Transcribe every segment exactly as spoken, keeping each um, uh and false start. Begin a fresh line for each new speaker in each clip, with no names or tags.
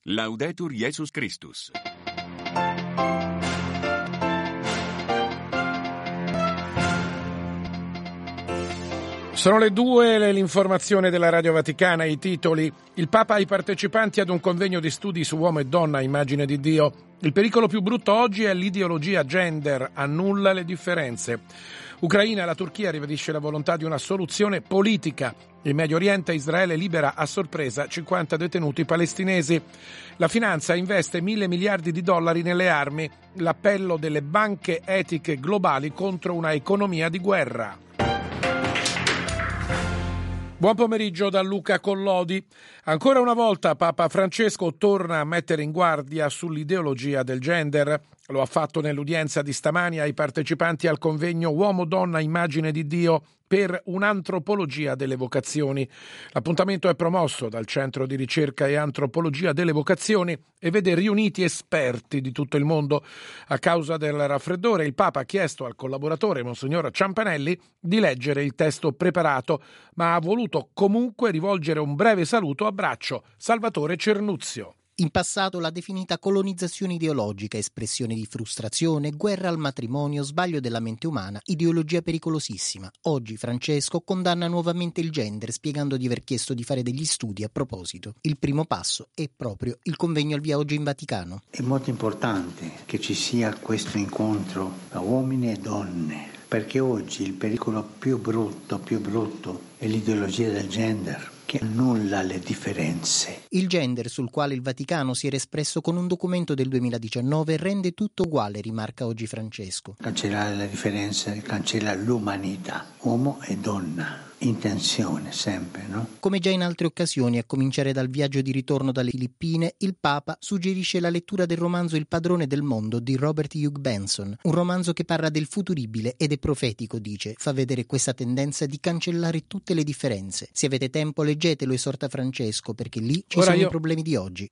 Laudetur Jesus Christus.
Sono le due, l'informazione della Radio Vaticana, i titoli. Il Papa ai partecipanti ad un convegno di studi su uomo e donna, immagine di Dio. Il pericolo più brutto oggi è l'ideologia gender, annulla le differenze. Ucraina, la Turchia ribadisce la volontà di una soluzione politica. In Medio Oriente Israele libera a sorpresa cinquanta detenuti palestinesi. La finanza investe mille miliardi di dollari nelle armi. L'appello delle banche etiche globali contro una economia di guerra. Buon pomeriggio da Luca Collodi. Ancora una volta Papa Francesco torna a mettere in guardia sull'ideologia del gender. Lo ha fatto nell'udienza di stamani ai partecipanti al convegno Uomo-Donna Immagine di Dio per un'antropologia delle vocazioni. L'appuntamento è promosso dal Centro di Ricerca e Antropologia delle Vocazioni e vede riuniti esperti di tutto il mondo. A causa del raffreddore, il Papa ha chiesto al collaboratore, Monsignor Ciampanelli, di leggere il testo preparato, ma ha voluto comunque rivolgere un breve saluto a braccio. Salvatore Cernuzio.
In passato l'ha definita colonizzazione ideologica, espressione di frustrazione, guerra al matrimonio, sbaglio della mente umana, ideologia pericolosissima. Oggi Francesco condanna nuovamente il gender, spiegando di aver chiesto di fare degli studi a proposito. Il primo passo è proprio il convegno al via oggi in Vaticano.
È molto importante che ci sia questo incontro tra uomini e donne, perché oggi il pericolo più brutto, più brutto è l'ideologia del gender, che annulla le differenze.
Il gender, sul quale il Vaticano si era espresso con un documento del duemiladiciannove, rende tutto uguale, rimarca oggi Francesco.
Cancellare le differenze, cancella l'umanità, uomo e donna. Intenzione sempre, no?
Come già in altre occasioni, a cominciare dal viaggio di ritorno dalle Filippine, il Papa suggerisce la lettura del romanzo Il padrone del mondo di Robert Hugh Benson, un romanzo che parla del futuribile ed è profetico, dice, fa vedere questa tendenza di cancellare tutte le differenze. Se avete tempo leggetelo, esorta Francesco, perché lì ci
Ora
sono
io...
i problemi di oggi.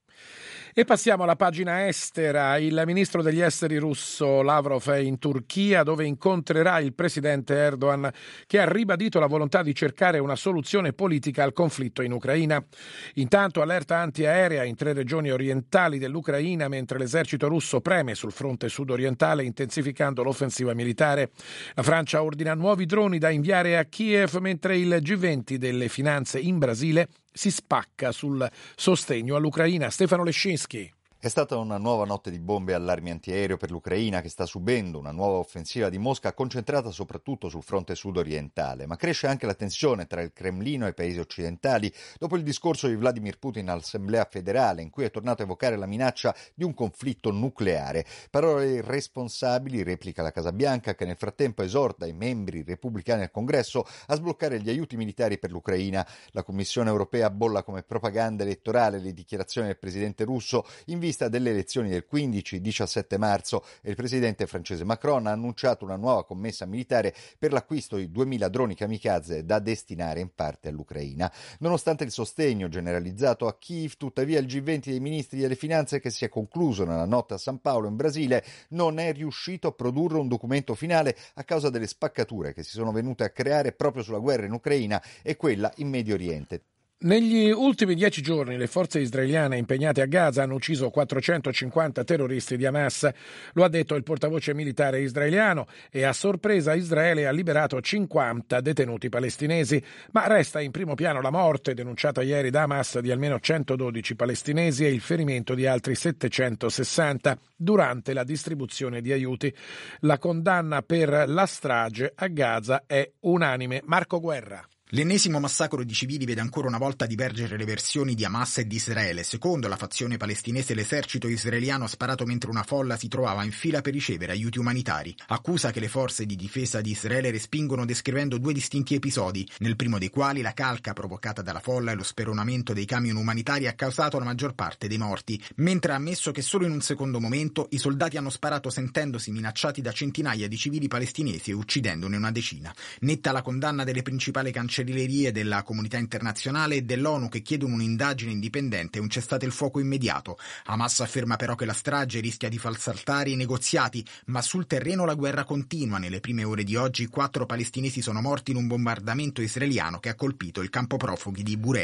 E passiamo alla pagina estera. Il ministro degli esteri russo Lavrov è in Turchia, dove incontrerà il presidente Erdogan, che ha ribadito la volontà di cercare una soluzione politica al conflitto in Ucraina. Intanto allerta antiaerea in tre regioni orientali dell'Ucraina, mentre l'esercito russo preme sul fronte sudorientale intensificando l'offensiva militare. La Francia ordina nuovi droni da inviare a Kiev, mentre il G venti delle finanze in Brasile si spacca sul sostegno all'Ucraina. Stefano Lescinski.
È stata una nuova notte di bombe e allarmi antiaereo per l'Ucraina, che sta subendo una nuova offensiva di Mosca concentrata soprattutto sul fronte sudorientale, ma cresce anche la tensione tra il Cremlino e i paesi occidentali dopo il discorso di Vladimir Putin all'Assemblea federale, in cui è tornato a evocare la minaccia di un conflitto nucleare. Parole irresponsabili, replica la Casa Bianca, che nel frattempo esorta i membri repubblicani al Congresso a sbloccare gli aiuti militari per l'Ucraina. La Commissione europea bolla come propaganda elettorale le dichiarazioni del presidente russo in vista delle elezioni del quindici diciassette marzo, e il presidente francese Macron ha annunciato una nuova commessa militare per l'acquisto di duemila droni kamikaze da destinare in parte all'Ucraina. Nonostante il sostegno generalizzato a Kiev, tuttavia il G venti dei ministri delle finanze, che si è concluso nella notte a San Paolo in Brasile, non è riuscito a produrre un documento finale a causa delle spaccature che si sono venute a creare proprio sulla guerra in Ucraina e quella in Medio Oriente.
Negli ultimi dieci giorni le forze israeliane impegnate a Gaza hanno ucciso quattrocentocinquanta terroristi di Hamas. Lo ha detto il portavoce militare israeliano, e a sorpresa Israele ha liberato cinquanta detenuti palestinesi, ma resta in primo piano la morte denunciata ieri da Hamas di almeno centododici palestinesi e il ferimento di altri settecentosessanta durante la distribuzione di aiuti. La condanna per la strage a Gaza è unanime. Marco Guerra.
L'ennesimo massacro di civili vede ancora una volta divergere le versioni di Hamas e di Israele. Secondo la fazione palestinese, l'esercito israeliano ha sparato mentre una folla si trovava in fila per ricevere aiuti umanitari. Accusa che le forze di difesa di Israele respingono descrivendo due distinti episodi, nel primo dei quali la calca provocata dalla folla e lo speronamento dei camion umanitari ha causato la maggior parte dei morti, mentre ha ammesso che solo in un secondo momento i soldati hanno sparato sentendosi minacciati da centinaia di civili palestinesi e uccidendone una decina. Netta la condanna delle principali cancellerie della comunità internazionale e dell'ONU, che chiedono un'indagine indipendente e un cessate il fuoco immediato. Hamas afferma però che la strage rischia di far saltare i negoziati, ma sul terreno la guerra continua. Nelle prime ore di oggi quattro palestinesi sono morti in un bombardamento israeliano che ha colpito il campo profughi di Burei.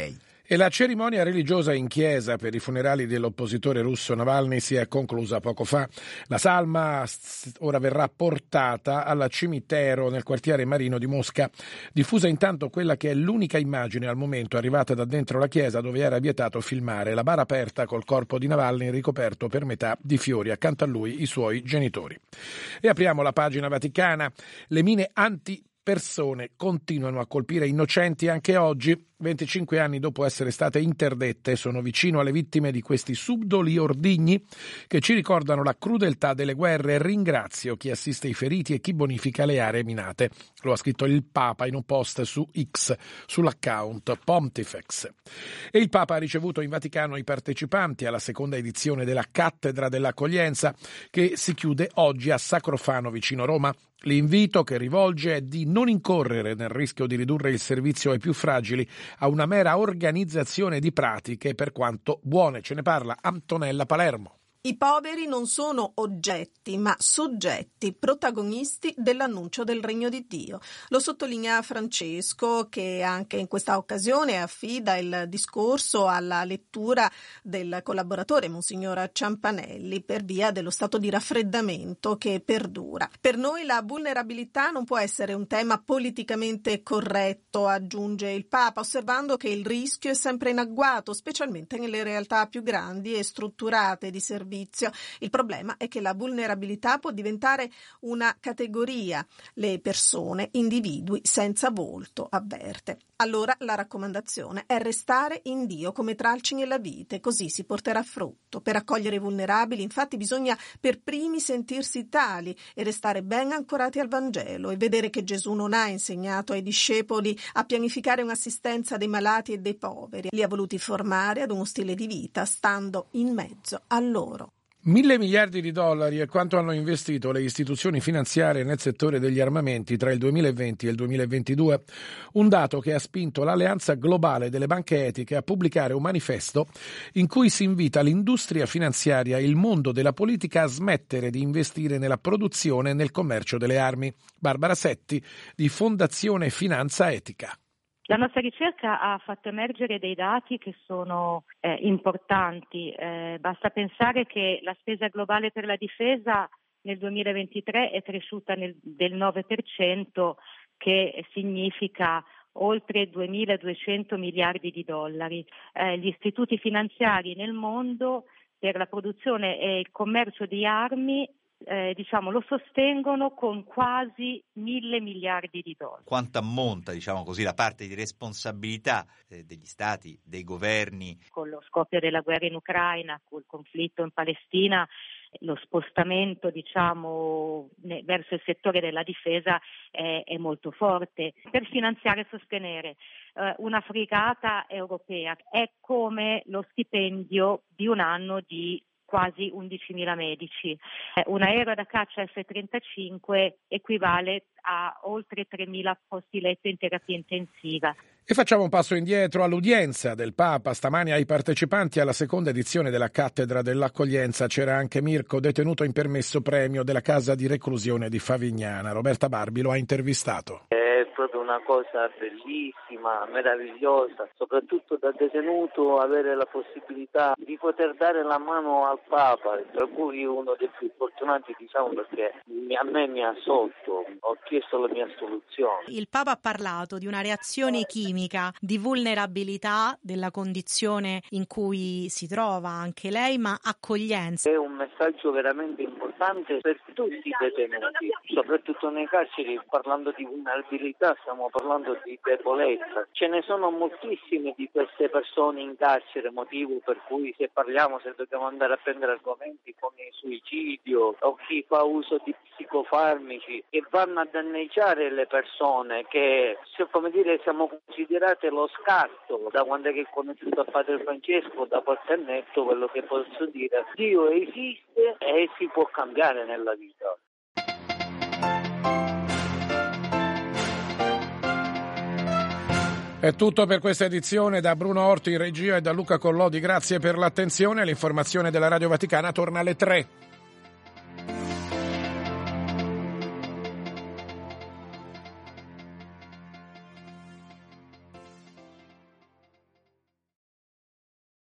E la cerimonia religiosa in chiesa per i funerali dell'oppositore russo Navalny si è conclusa poco fa. La salma ora verrà portata al cimitero nel quartiere Marino di Mosca. Diffusa intanto quella che è l'unica immagine al momento arrivata da dentro la chiesa, dove era vietato filmare. La bara aperta col corpo di Navalny ricoperto per metà di fiori, accanto a lui i suoi genitori. E apriamo la pagina vaticana. Le mine anti persone continuano a colpire innocenti anche oggi. venticinque anni dopo essere state interdette, sono vicino alle vittime di questi subdoli ordigni che ci ricordano la crudeltà delle guerre. Ringrazio chi assiste i feriti e chi bonifica le aree minate. Lo ha scritto il Papa in un post su X, sull'account Pontifex. E il Papa ha ricevuto in Vaticano i partecipanti alla seconda edizione della Cattedra dell'Accoglienza, che si chiude oggi a Sacrofano, vicino Roma. L'invito che rivolge è di non incorrere nel rischio di ridurre il servizio ai più fragili a una mera organizzazione di pratiche, per quanto buone. Ce ne parla Antonella Palermo.
I poveri non sono oggetti, ma soggetti, protagonisti dell'annuncio del Regno di Dio. Lo sottolinea Francesco, che anche in questa occasione affida il discorso alla lettura del collaboratore Monsignor Ciampanelli per via dello stato di raffreddamento che perdura. Per noi la vulnerabilità non può essere un tema politicamente corretto, aggiunge il Papa, osservando che il rischio è sempre in agguato, specialmente nelle realtà più grandi e strutturate di servizio. Il problema è che la vulnerabilità può diventare una categoria, le persone, individui senza volto, avverte. Allora la raccomandazione è restare in Dio come tralci nella vite, così si porterà frutto. Per accogliere i vulnerabili, infatti, bisogna per primi sentirsi tali e restare ben ancorati al Vangelo e vedere che Gesù non ha insegnato ai discepoli a pianificare un'assistenza dei malati e dei poveri, li ha voluti formare ad uno stile di vita, stando in mezzo a loro.
Mille miliardi di dollari è quanto hanno investito le istituzioni finanziarie nel settore degli armamenti tra il duemilaventi e il duemilaventidue, un dato che ha spinto l'Alleanza Globale delle Banche Etiche a pubblicare un manifesto in cui si invita l'industria finanziaria e il mondo della politica a smettere di investire nella produzione e nel commercio delle armi. Barbara Setti, di Fondazione Finanza Etica.
La nostra ricerca ha fatto emergere dei dati che sono eh, importanti. Eh, basta pensare che la spesa globale per la difesa nel duemilaventitré è cresciuta nel, del nove per cento, che significa oltre duemiladuecento miliardi di dollari. Eh, gli istituti finanziari nel mondo per la produzione e il commercio di armi Eh, diciamo lo sostengono con quasi mille miliardi di dollari.
Quanto ammonta, diciamo così, la parte di responsabilità eh, degli stati, dei governi?
Con lo scoppio della guerra in Ucraina, col conflitto in Palestina, lo spostamento diciamo ne, verso il settore della difesa è, è molto forte. Per finanziare e sostenere eh, una fregata europea è come lo stipendio di un anno di quasi undicimila medici. Un aereo da caccia F trentacinque equivale a oltre tremila posti letto in terapia intensiva.
E facciamo un passo indietro all'udienza del Papa. Stamani ai partecipanti alla seconda edizione della Cattedra dell'Accoglienza c'era anche Mirko, detenuto in permesso premio della casa di reclusione di Favignana. Roberta Barbi lo ha intervistato.
È proprio una cosa bellissima, meravigliosa, soprattutto da detenuto avere la possibilità di poter dare la mano al Papa, tra cui uno dei più fortunati, diciamo, perché a me mi ha assolto, ho chiesto la mia assoluzione.
Il Papa ha parlato di una reazione chimica, di vulnerabilità della condizione in cui si trova anche lei, ma accoglienza.
È un messaggio veramente importante per tutti i detenuti, soprattutto nei carceri. Parlando di vulnerabilità stiamo parlando di debolezza. Ce ne sono moltissime di queste persone in carcere, motivo per cui se parliamo, se dobbiamo andare a prendere argomenti come il suicidio o chi fa uso di psicofarmici, che vanno a danneggiare le persone, che come dire siamo considerate lo scarto. Da quando è che ho conosciuto a Padre Francesco, da qualche annetto, quello che posso dire, Dio esiste e si può cambiare nella vita.
È tutto per questa edizione. Da Bruno Orti in regia e da Luca Collodi, grazie per l'attenzione. L'informazione della Radio Vaticana torna alle tre.